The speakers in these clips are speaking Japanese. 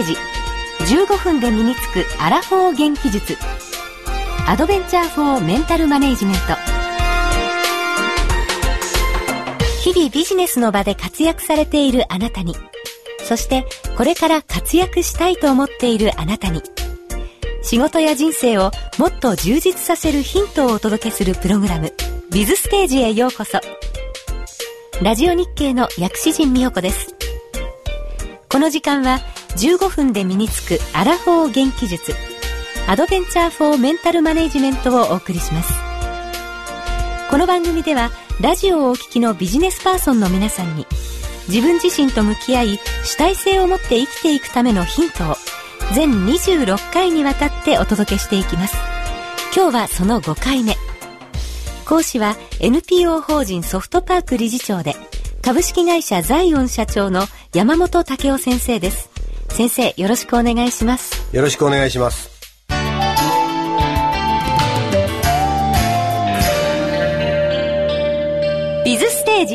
ージ、15分で身につくアラフォー元気術、アドベンチャーフォーメンタルマネージメント。日々ビジネスの場で活躍されているあなたに、そしてこれから活躍したいと思っているあなたに、仕事や人生をもっと充実させるヒントをお届けするプログラム、ビズステージへようこそ。ラジオ日経の薬師陣美代子です。この時間は15分で身につくアラフォー元気術、アドベンチャーフォーメンタルマネージメントをお送りします。この番組ではラジオをお聞きのビジネスパーソンの皆さんに、自分自身と向き合い主体性を持って生きていくためのヒントを全26回にわたってお届けしていきます。今日はその5回目。講師は NPO 法人ソフトパーク理事長で株式会社ザイオン社長の山本武夫先生です。先生、よろしくお願いします。 よろしくお願いします。 ビズステージ。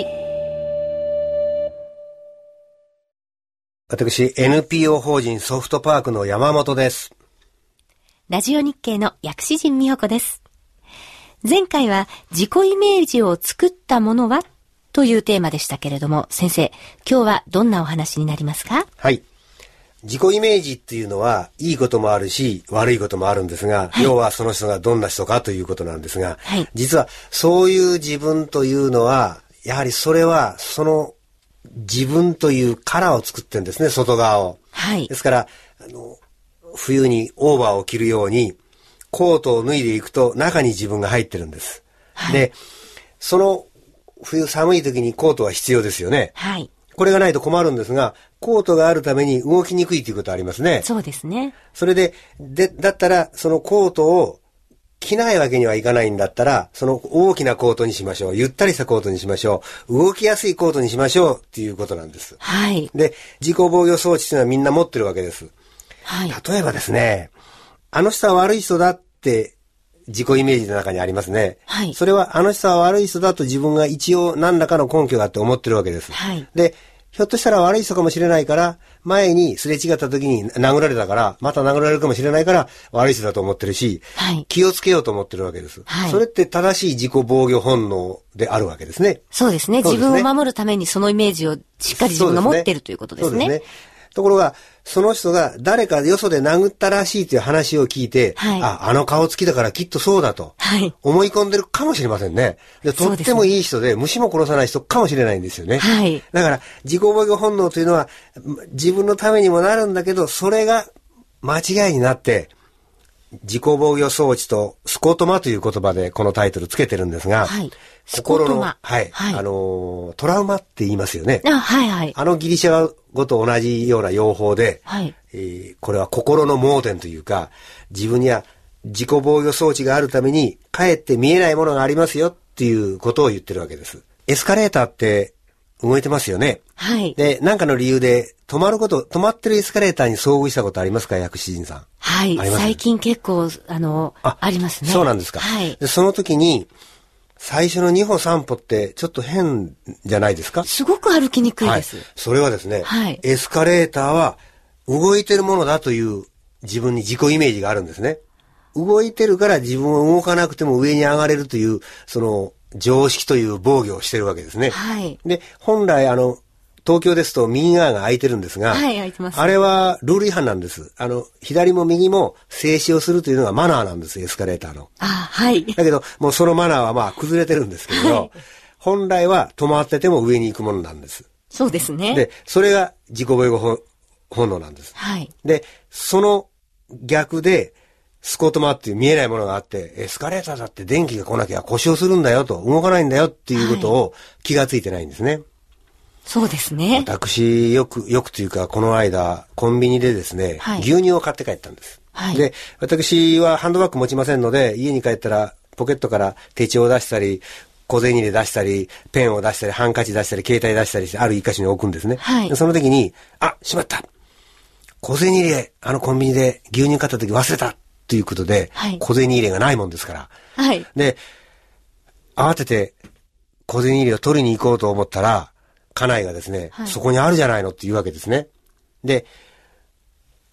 私 NPO 法人ソフトパークの山本です。 ラジオ日経の薬師陣美代子です。前回は自己イメージを作ったものはというテーマでしたけれども、先生、今日はどんなお話になりますか？ はい。自己イメージっていうのはいいこともあるし悪いこともあるんですが、はい、要はその人がどんな人かということなんですが、はい、実はそういう自分というのはやはりそれはその自分という殻を作ってるんですね、外側を。はい。ですから冬にオーバーを着るようにコートを脱いでいくと中に自分が入ってるんです。はい、で、その冬寒い時にコートは必要ですよね。はい。これがないと困るんですが、コートがあるために動きにくいということありますね。 そうですね。 それで、だったらそのコートを着ないわけにはいかないんだったら、その大きなコートにしましょう。ゆったりしたコートにしましょう。動きやすいコートにしましょうっていうことなんです。はい。で、自己防御装置というのはみんな持ってるわけです。はい。例えばですね、あの人は悪い人だって自己イメージの中にありますね。はい。それはあの人は悪い人だと自分が一応何らかの根拠があって思ってるわけです。はい。で、ひょっとしたら悪い人かもしれないから、前にすれ違った時に殴られたから、また殴られるかもしれないから悪い人だと思ってるし、はい、気をつけようと思ってるわけです。はい、それって正しい自己防御本能であるわけですね。 そうですね。自分を守るためにそのイメージをしっかり自分が持ってるということですね。そうですね。 ところが、その人が誰かよそで殴ったらしいという話を聞いて、はい、あの顔つきだからきっとそうだと思い込んでるかもしれませんね。で、とってもいい人で虫も殺さない人かもしれないんですよね。はい、だから自己防御本能というのは自分のためにもなるんだけど、それが間違いになって自己防御装置とスコトマという言葉でこのタイトルつけてるんですが、はい、心の、はい、はい、トラウマって言いますよね。はいはい。ギリシャ語と同じような用法で、はい、これは心の盲点というか、自分には自己防御装置があるためにかえって見えないものがありますよっていうことを言ってるわけです。エスカレーターって動いてますよね。はい。で、何かの理由で止まってるエスカレーターに遭遇したことありますか、薬師陣さん。 はい。最近結構、ありますね。 そうなんですか。はい。で、その時に、最初の2歩3歩ってちょっと変じゃないですか？ すごく歩きにくいです。はい、 それはですね、はい、エスカレーターは動いてるものだという自分に自己イメージがあるんですね。動いてるから自分は動かなくても上に上がれるという、その常識という防御をしてるわけですね。はい。で、本来東京ですと右側が空いてるんですが、はい、空いてます。あれはルール違反なんです。左も右も静止をするというのがマナーなんです、エスカレーターの。はい。だけど、もうそのマナーはまあ崩れてるんですけど、はい、本来は止まってても上に行くものなんです。 そうですね。 で、それが自己防御本能なんです。はい。で、その逆で、スコトマっていう見えないものがあって、エスカレーターだって電気が来なきゃ故障するんだよと、動かないんだよっていうことを気がついてないんですね。はい、 そうですね。 私、よくというか、この間、コンビニでですね、はい、牛乳を買って帰ったんです。はい、で、私はハンドバッグ持ちませんので、家に帰ったら、ポケットから手帳を出したり、小銭入れ出したり、ペンを出したり、ハンカチ出したり、携帯出したりして、ある一箇所に置くんですね。はい、でその時に、しまった。小銭入れ、コンビニで牛乳買った時忘れたということで、はい、小銭入れがないもんですから。はい、で、慌てて小銭入れを取りに行こうと思ったら、家内がですね、はい、そこにあるじゃないのって言うわけですね。で、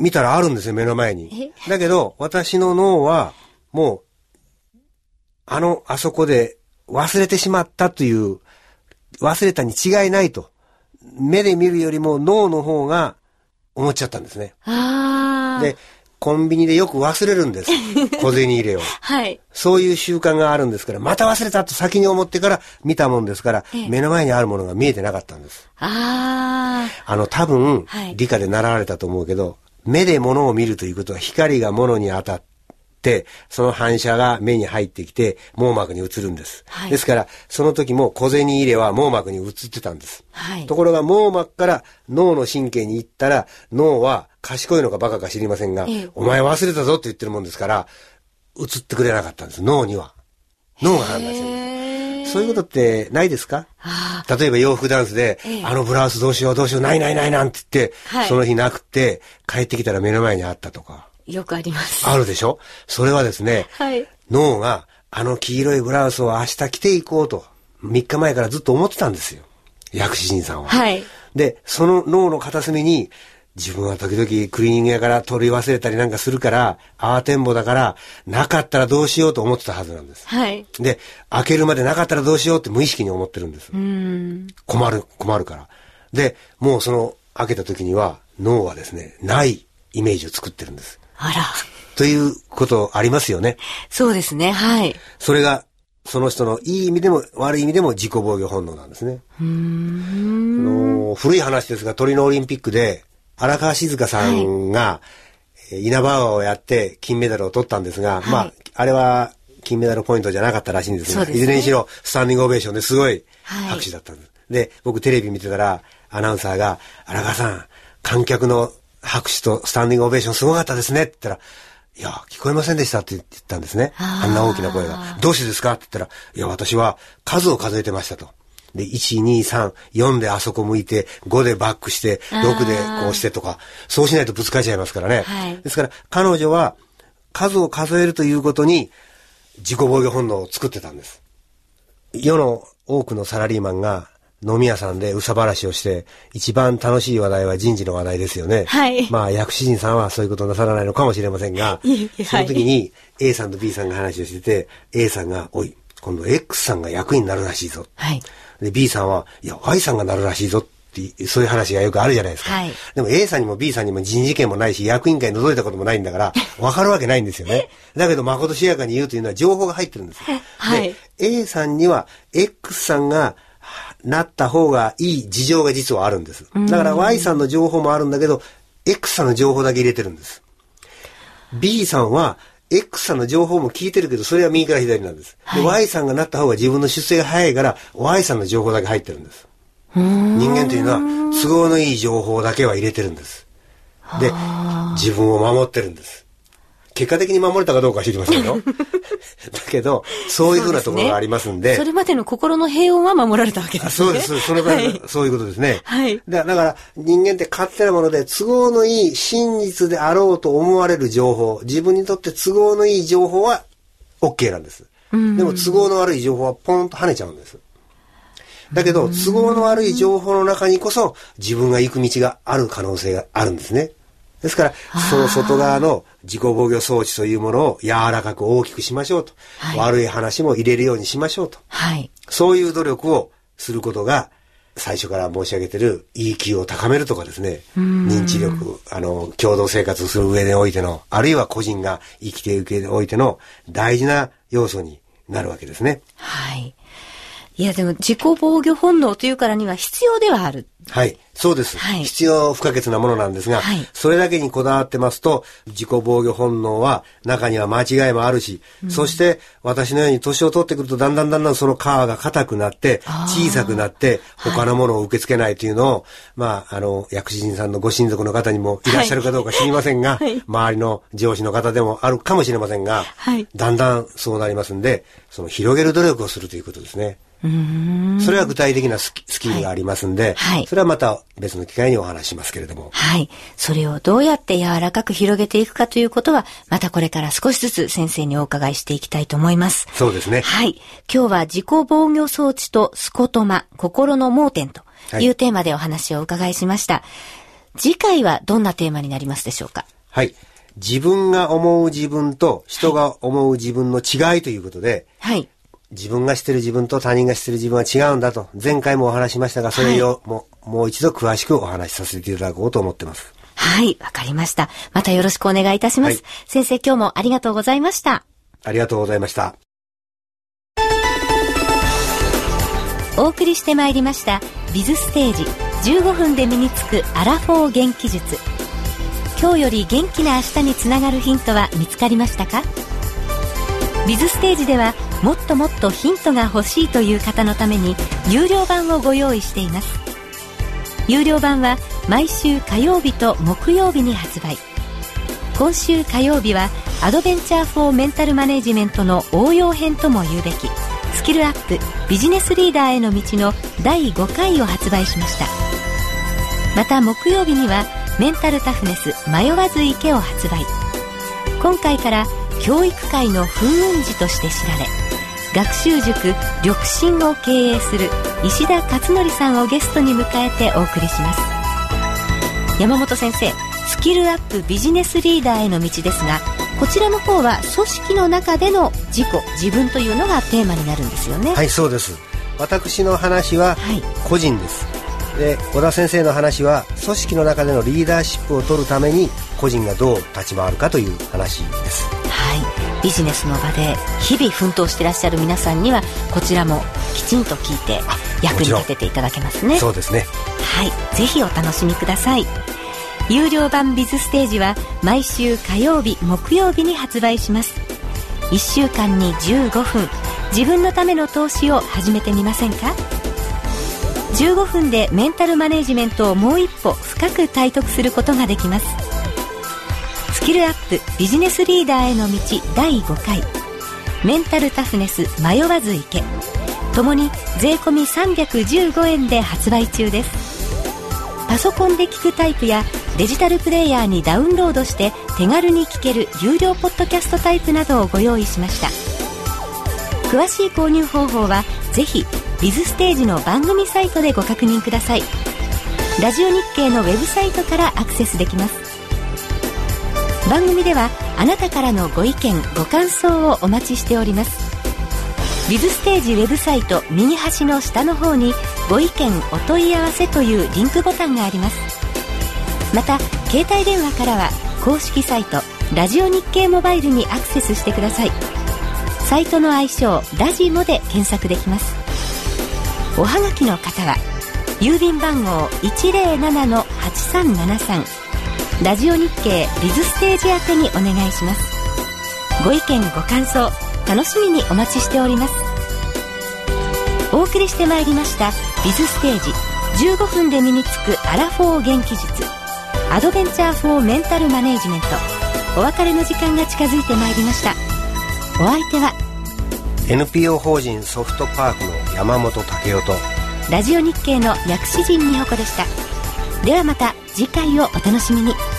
見たらあるんですよ、目の前に。だけど、私の脳は、もう、あそこで忘れてしまったという、忘れたに違いないと。目で見るよりも脳の方が思っちゃったんですね。で、コンビニでよく忘れるんです。小銭入れを。 はい。 そういう習慣があるんですから、また忘れたと先に思ってから見たもんですから、目の前にあるものが見えてなかったんです。多分、理科で習われたと思うけど、目で物を見るということは光が物に当たって、その反射が目に入ってきて網膜に映るんです。ですから、その時も小銭入れは網膜に映ってたんです。ところが網膜から脳の神経に行ったら、脳は賢いのかバカか知りませんが、お前忘れたぞって言ってるもんですから、映ってくれなかったんです、脳には。脳が判断してるんです。そういうことってないですか？例えば洋服ダンスで、ブラウスどうしようどうしよう、ないなんて言って、その日なくて、帰ってきたら目の前にあったとか。 よくあります。 あるでしょ？それはですね、脳が黄色いブラウスを明日着ていこうと、3日前からずっと思ってたんですよ。薬師陣さんは。で、その脳の片隅に、自分は時々クリーニング屋から取り忘れたりなんかするから、慌てんぼだから、なかったらどうしようと思ってたはずなんです。で、開けるまでなかったらどうしようって無意識に思ってるんです。困るから。で、もう開けた時には、脳はですね、ないイメージを作ってるんです。ということありますよね。 そうですね。 それが、その人のいい意味でも悪い意味でも自己防御本能なんですね。古い話ですが、トリノオリンピックで、荒川静香さんが、稲葉川をやって金メダルを取ったんですが、あれは金メダルポイントじゃなかったらしいんですが、いずれにしろスタンディングオベーションですごい拍手だったんです。で、僕テレビ見てたら、アナウンサーが、荒川さん、観客の拍手とスタンディングオベーションすごかったですねって言ったら、いや、聞こえませんでしたって言ったんですね。あんな大きな声が。どうしてですかって言ったら、いや、私は数を数えてましたと。で、1、2、3、4であそこ向いて、5でバックして、6でこうしてとか、そうしないとぶつかっちゃいますからね。ですから、彼女は数を数えるということに自己防御本能を作ってたんです。世の多くのサラリーマンが飲み屋さんで憂さ晴らしをして、一番楽しい話題は人事の話題ですよね。薬師陣さんはそういうことなさらないのかもしれませんが、その時に A さんと B さんが話をしてて、A さんが、おい、今度 X さんが役員になるらしいぞ。で、B さんは、いや、Y さんがなるらしいぞって、そういう話がよくあるじゃないですか。でも A さんにも B さんにも人事権もないし、役員会覗いたこともないんだから、わかるわけないんですよね。だけど、まことしやかに言うというのは情報が入ってるんです。で、A さんには X さんがなった方がいい事情が実はあるんです。だから Y さんの情報もあるんだけど、X さんの情報だけ入れてるんです。B さんは、X さんの情報も聞いてるけど、それは右から左なんです。で、Y さんがなった方が自分の出世が早いから、Y さんの情報だけ入ってるんです。人間というのは、都合のいい情報だけは入れてるんです。で、自分を守ってるんです。結果的に守れたかどうかは知りませんよ。だけど、そういうふうなところがありますんで。 それまでの心の平穏は守られたわけですね。 そうです。その場合、そういうことですね。だから人間って勝手なもので、都合のいい真実であろうと思われる情報、自分にとって都合のいい情報は OK なんです。でも都合の悪い情報はポンと跳ねちゃうんです。だけど、都合の悪い情報の中にこそ自分が行く道がある可能性があるんですね。ですから、その外側の自己防御装置というものを柔らかく大きくしましょうと。悪い話も入れるようにしましょうと。そういう努力をすることが、最初から申し上げている EQ を高めるとかですね、認知力、共同生活する上においての、あるいは個人が生きていく上においての大事な要素になるわけですね。 いやでも自己防御本能というからには必要ではある。 そうです。必要不可欠なものなんですが、それだけにこだわってますと、自己防御本能は中には間違いもあるし、そして私のように年を取ってくるとだんだんその皮が硬くなって、小さくなって、他のものを受け付けないというのを、薬師陣さんのご親族の方にもいらっしゃるかどうか知りませんが、周りの上司の方でもあるかもしれませんが、だんだんそうなりますんで、その広げる努力をするということですね。それは具体的なスキルがありますんで、それはまた別の機会にお話しますけれども。 それをどうやって柔らかく広げていくかということは、またこれから少しずつ先生にお伺いしていきたいと思います。 そうですね。 今日は自己防御装置とスコトマ、心の盲点というテーマでお話をお伺いしました。 次回はどんなテーマになりますでしょうか？ はい。自分が思う自分と人が思う自分の違いということで、 はい。 自分が知ってる自分と他人が知ってる自分は違うんだと、前回もお話しましたが、それをもう一度詳しくお話しさせていただこうと思ってます。 はい、わかりました。またよろしくお願いいたします。はい、先生、今日もありがとうございました。 ありがとうございました。 お送りしてまいりましたビズステージ15分で身につくアラフォー元気術。今日より元気な明日につながるヒントは見つかりましたか？ビズステージではもっともっとヒントが欲しいという方のために有料版をご用意しています。有料版は毎週火曜日と木曜日に発売。今週火曜日はアドベンチャーフォーメンタルマネジメントの応用編とも言うべきスキルアップビジネスリーダーへの道の第5回を発売しました。また木曜日にはメンタルタフネス迷わず行けを発売。今回から教育界の風雲児として知られ、学習塾緑心を経営する石田勝則さんをゲストに迎えてお送りします。山本先生、スキルアップビジネスリーダーへの道ですが、こちらの方は組織の中での自分というのがテーマになるんですよね。 はい、そうです。私の話は個人です、で小田先生の話は組織の中でのリーダーシップを取るために個人がどう立ち回るかという話です。 はい、ビジネスの場で日々奮闘していらっしゃる皆さんにはこちらもきちんと聞いて役に立てていただけますね。 そうですね。 はい、ぜひお楽しみください。有料版ビズステージは毎週火曜日木曜日に発売します。1週間に15分自分のための投資を始めてみませんか？15分でメンタルマネジメントをもう一歩深く体得することができます。スキルアップビジネスリーダーへの道第5回メンタルタフネス迷わず行け、ともに税込み315円で発売中です。パソコンで聞くタイプやデジタルプレイヤーにダウンロードして手軽に聞ける有料ポッドキャストタイプなどをご用意しました。詳しい購入方法はぜひビズステージの番組サイトでご確認ください。ラジオ日経のウェブサイトからアクセスできます。番組ではあなたからのご意見ご感想をお待ちしております。ビズステージウェブサイト右端の下の方にご意見お問い合わせというリンクボタンがあります。また携帯電話からは公式サイトラジオ日経モバイルにアクセスしてください。サイトの愛称ラジモで検索できます。おはがきの方は郵便番号 107-8373 ラジオ日経ビズステージ宛てにお願いします。ご意見ご感想楽しみにお待ちしております。お送りしてまいりましたビズステージ15分で身につくアラフォー元気術アドベンチャーフォーメンタルマネージメント、お別れの時間が近づいてまいりました。お相手は NPO 法人ソフトパークの山本武夫とラジオ日経の薬師陣美穂子でした。ではまた次回をお楽しみに。